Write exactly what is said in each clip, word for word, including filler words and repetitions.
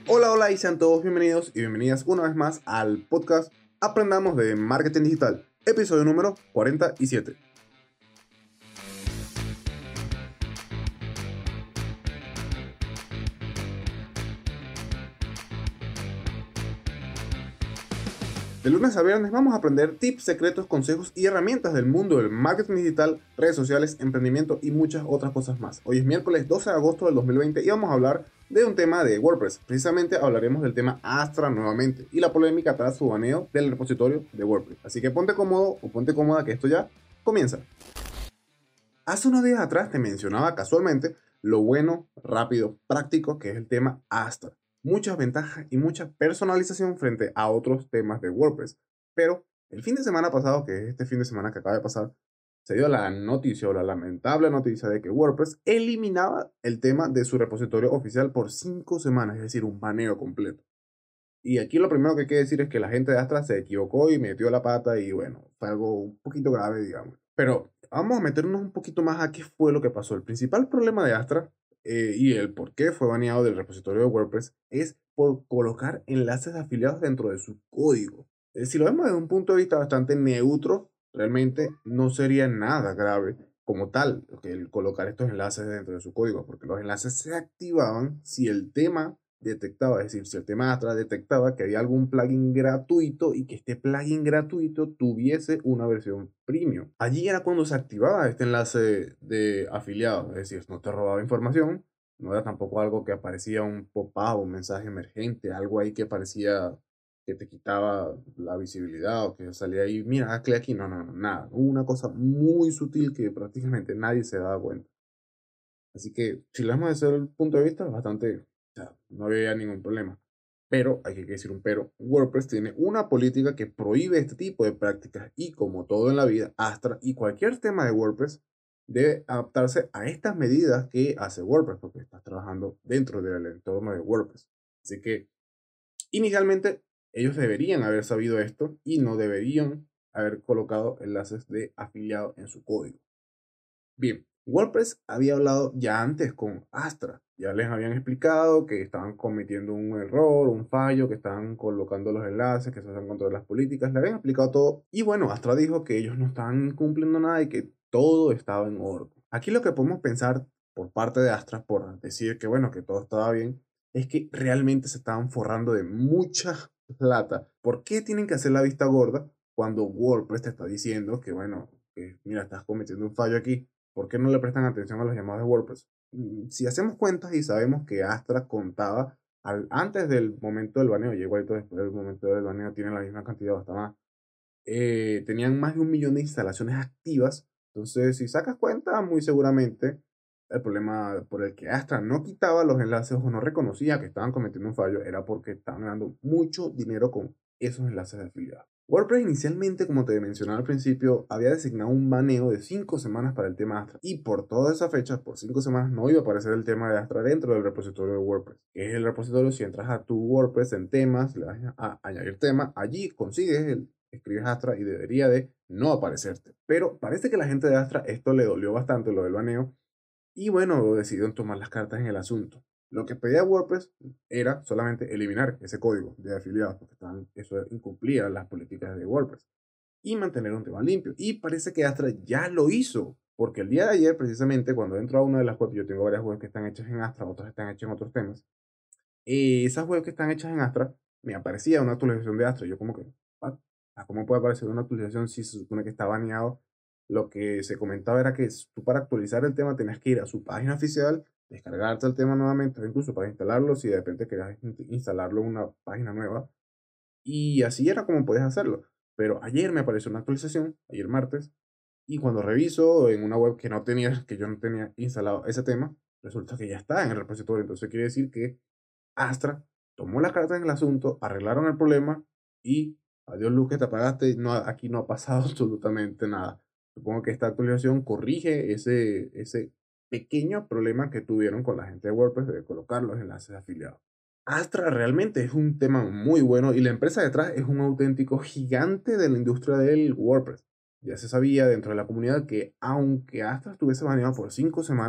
Hola, hola y sean todos bienvenidos y bienvenidas una vez más al podcast Aprendamos de Marketing Digital, episodio número cuarenta y siete. De lunes a viernes vamos a aprender tips, secretos, consejos y herramientas del mundo del marketing digital, redes sociales, emprendimiento y muchas otras cosas más. Hoy es miércoles doce de agosto del dos mil veinte y vamos a hablar de un tema de WordPress. Precisamente hablaremos del tema Astra nuevamente y la polémica tras su baneo del repositorio de WordPress. Así que ponte cómodo o ponte cómoda que esto ya comienza. Hace unos días atrás te mencionaba casualmente lo bueno, rápido, práctico que es el tema Astra. Muchas ventajas y mucha personalización frente a otros temas de WordPress. Pero el fin de semana pasado, que es este fin de semana que acaba de pasar, se dio la noticia o la lamentable noticia de que WordPress eliminaba el tema de su repositorio oficial por cinco semanas, es decir, un baneo completo. Y aquí lo primero que hay que decir es que la gente de Astra se equivocó y metió la pata y bueno, fue algo un poquito grave, digamos. Pero vamos a meternos un poquito más a qué fue lo que pasó. El principal problema de Astra eh, y el por qué fue baneado del repositorio de WordPress es por colocar enlaces de afiliados dentro de su código. Eh, si lo vemos desde un punto de vista bastante neutro, realmente no sería nada grave como tal que el colocar estos enlaces dentro de su código, porque los enlaces se activaban si el tema detectaba, es decir, si el tema Astra detectaba que había algún plugin gratuito y que este plugin gratuito tuviese una versión premium. Allí era cuando se activaba este enlace de afiliado, es decir, no te robaba información, no era tampoco algo que aparecía un pop-up, un mensaje emergente, algo ahí que parecía que te quitaba la visibilidad o que salía ahí, mira, hazle aquí, no, no, no, nada, una cosa muy sutil que prácticamente nadie se daba cuenta. Así que si lo vemos desde el punto de vista, bastante, o sea, no había ningún problema. Pero, hay que decir un pero, WordPress tiene una política que prohíbe este tipo de prácticas y como todo en la vida, Astra y cualquier tema de WordPress debe adaptarse a estas medidas que hace WordPress porque estás trabajando dentro del entorno de WordPress. Así que, inicialmente, ellos deberían haber sabido esto y no deberían haber colocado enlaces de afiliado en su código. Bien, WordPress había hablado ya antes con Astra. Ya les habían explicado que estaban cometiendo un error, un fallo, que estaban colocando los enlaces, que se hacen contra las políticas. Le habían explicado todo. Y bueno, Astra dijo que ellos no estaban cumpliendo nada y que todo estaba en orden. Aquí lo que podemos pensar por parte de Astra, por decir que bueno, que todo estaba bien, es que realmente se estaban forrando de mucha plata. ¿Por qué tienen que hacer la vista gorda cuando WordPress te está diciendo que bueno, que mira, estás cometiendo un fallo aquí? ¿Por qué no le prestan atención a los llamados de WordPress? Mm, Si hacemos cuentas y sabemos que Astra contaba al, antes del momento del baneo, y igualito después del momento del baneo tienen la misma cantidad o hasta más, eh, tenían más de un millón de instalaciones activas. Entonces, si sacas cuenta, muy seguramente el problema por el que Astra no quitaba los enlaces o no reconocía que estaban cometiendo un fallo era porque estaban ganando mucho dinero con esos enlaces de afiliados. WordPress inicialmente, como te mencionaba al principio, había designado un baneo de cinco semanas para el tema Astra y por toda esa fecha, por cinco semanas, no iba a aparecer el tema de Astra dentro del repositorio de WordPress. Que es el repositorio, si entras a tu WordPress en temas, le das a añadir tema, allí consigues el, escribes Astra y debería de no aparecerte. Pero parece que la gente de Astra esto le dolió bastante, lo del baneo, y bueno, decidieron tomar las cartas en el asunto. Lo que pedía WordPress era solamente eliminar ese código de afiliados, porque estaban, eso incumplía las políticas de WordPress, y mantener un tema limpio. Y parece que Astra ya lo hizo, porque el día de ayer, precisamente, cuando entro a una de las webs, yo tengo varias webs que están hechas en Astra, otras están hechas en otros temas, y esas webs que están hechas en Astra, me aparecía una actualización de Astra. Yo como que, ¿what? ¿Cómo puede aparecer una actualización si se supone que está baneado? Lo que se comentaba era que tú para actualizar el tema tenías que ir a su página oficial, descargarte el tema nuevamente, o incluso para instalarlo, si de repente querías instalarlo en una página nueva. Y así era como podías hacerlo. Pero ayer me apareció una actualización, ayer martes, y cuando reviso en una web que no tenía, que yo no tenía instalado ese tema, resulta que ya está en el repositorio. Entonces quiere decir que Astra tomó la carta en el asunto, arreglaron el problema y adiós luz que te apagaste, no, aquí no ha pasado absolutamente nada. Supongo que esta actualización corrige ese, ese pequeño problema que tuvieron con la gente de WordPress de colocar los enlaces afiliados. Astra realmente es un tema muy bueno y la empresa detrás es un auténtico gigante de la industria del WordPress. Ya se sabía dentro de la comunidad que aunque Astra estuviese baneado por cinco semanas,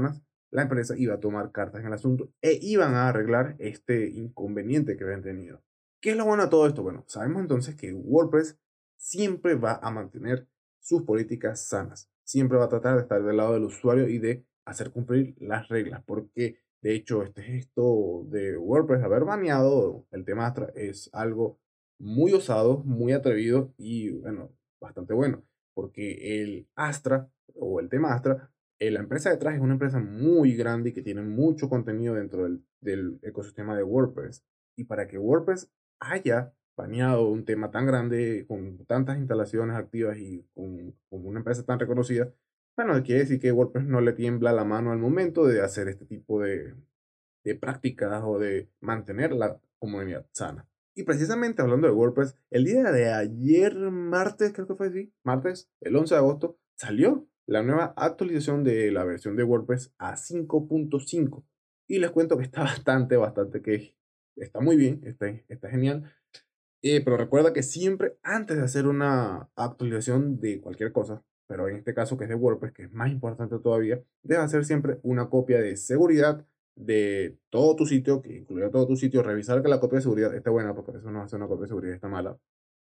la empresa iba a tomar cartas en el asunto e iban a arreglar este inconveniente que habían tenido. ¿Qué es lo bueno de todo esto? Bueno, sabemos entonces que WordPress siempre va a mantener sus políticas sanas. Siempre va a tratar de estar del lado del usuario y de hacer cumplir las reglas. Porque, de hecho, este gesto de WordPress, haber baneado el tema Astra, es algo muy osado, muy atrevido y, bueno, bastante bueno. Porque el Astra, o el tema Astra, eh, la empresa detrás es una empresa muy grande y que tiene mucho contenido dentro del, del ecosistema de WordPress. Y para que WordPress haya baneado un tema tan grande, con tantas instalaciones activas y con, con una empresa tan reconocida, bueno, quiere decir que WordPress no le tiembla la mano al momento de hacer este tipo de, de prácticas o de mantener la comunidad sana. Y precisamente hablando de WordPress, el día de ayer, martes, creo que fue así, martes, el once de agosto, salió la nueva actualización de la versión de WordPress a cinco punto cinco. Y les cuento que está bastante, bastante, que está muy bien, está, está genial. Eh, pero recuerda que siempre antes de hacer una actualización de cualquier cosa, pero en este caso que es de WordPress, que es más importante todavía, debes hacer siempre una copia de seguridad de todo tu sitio, que incluya todo tu sitio, revisar que la copia de seguridad esté buena, porque eso no hace una copia de seguridad está mala.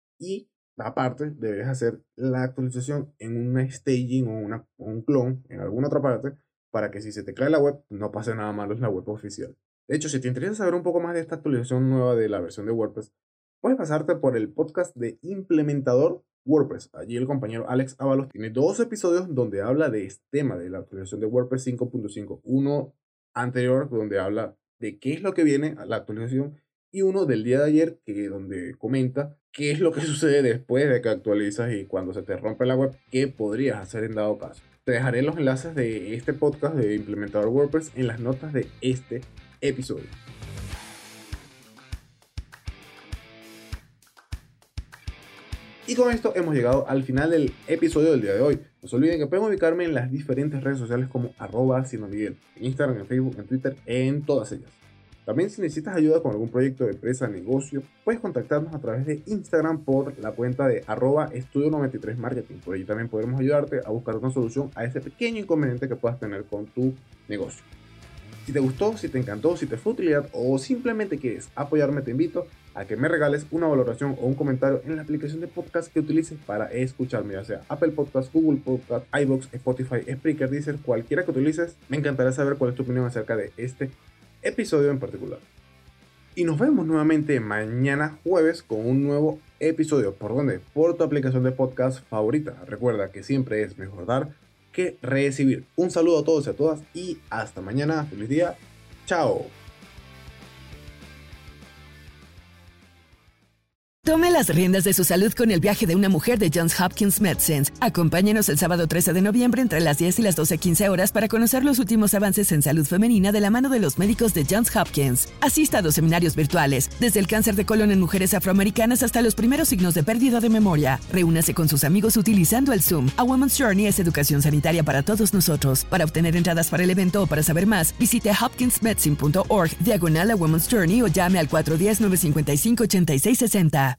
Y aparte, debes hacer la actualización en una staging o una, un clon en alguna otra parte, para que si se te cae la web, no pase nada malo en la web oficial. De hecho, si te interesa saber un poco más de esta actualización nueva de la versión de WordPress, puedes pasarte por el podcast de Implementador WordPress. Allí el compañero Alex Ábalos tiene dos episodios donde habla de este tema de la actualización de WordPress cinco punto cinco. Uno anterior donde habla de qué es lo que viene a la actualización y uno del día de ayer que donde comenta qué es lo que sucede después de que actualizas y cuando se te rompe la web, qué podrías hacer en dado caso. Te dejaré los enlaces de este podcast de Implementador WordPress en las notas de este episodio. Y con esto hemos llegado al final del episodio del día de hoy. No se olviden que pueden ubicarme en las diferentes redes sociales como arroba sinomiguel, en Instagram, en Facebook, en Twitter, en todas ellas. También si necesitas ayuda con algún proyecto de empresa, negocio, puedes contactarnos a través de Instagram por la cuenta de arroba estudio noventa y tres marketing. Por allí también podremos ayudarte a buscar una solución a ese pequeño inconveniente que puedas tener con tu negocio. Si te gustó, si te encantó, si te fue de utilidad o simplemente quieres apoyarme, te invito a que me regales una valoración o un comentario en la aplicación de podcast que utilices para escucharme, ya sea Apple Podcast, Google Podcast, iVoox, Spotify, Spreaker, Deezer, cualquiera que utilices. Me encantará saber cuál es tu opinión acerca de este episodio en particular. Y nos vemos nuevamente mañana jueves con un nuevo episodio. ¿Por dónde? Por tu aplicación de podcast favorita. Recuerda que siempre es mejor dar que recibir. Un saludo a todos y a todas y hasta mañana. Feliz día. Chao. Tome las riendas de su salud con el viaje de una mujer de Johns Hopkins Medicine. Acompáñenos el sábado trece de noviembre entre las diez y las doce quince horas para conocer los últimos avances en salud femenina de la mano de los médicos de Johns Hopkins. Asista a dos seminarios virtuales, desde el cáncer de colon en mujeres afroamericanas hasta los primeros signos de pérdida de memoria. Reúnase con sus amigos utilizando el Zoom. A Women's Journey es educación sanitaria para todos nosotros. Para obtener entradas para el evento o para saber más, visite hopkinsmedicine punto org diagonal a Women's Journey o llame al cuatro uno cero, nueve cinco cinco, ocho seis seis cero.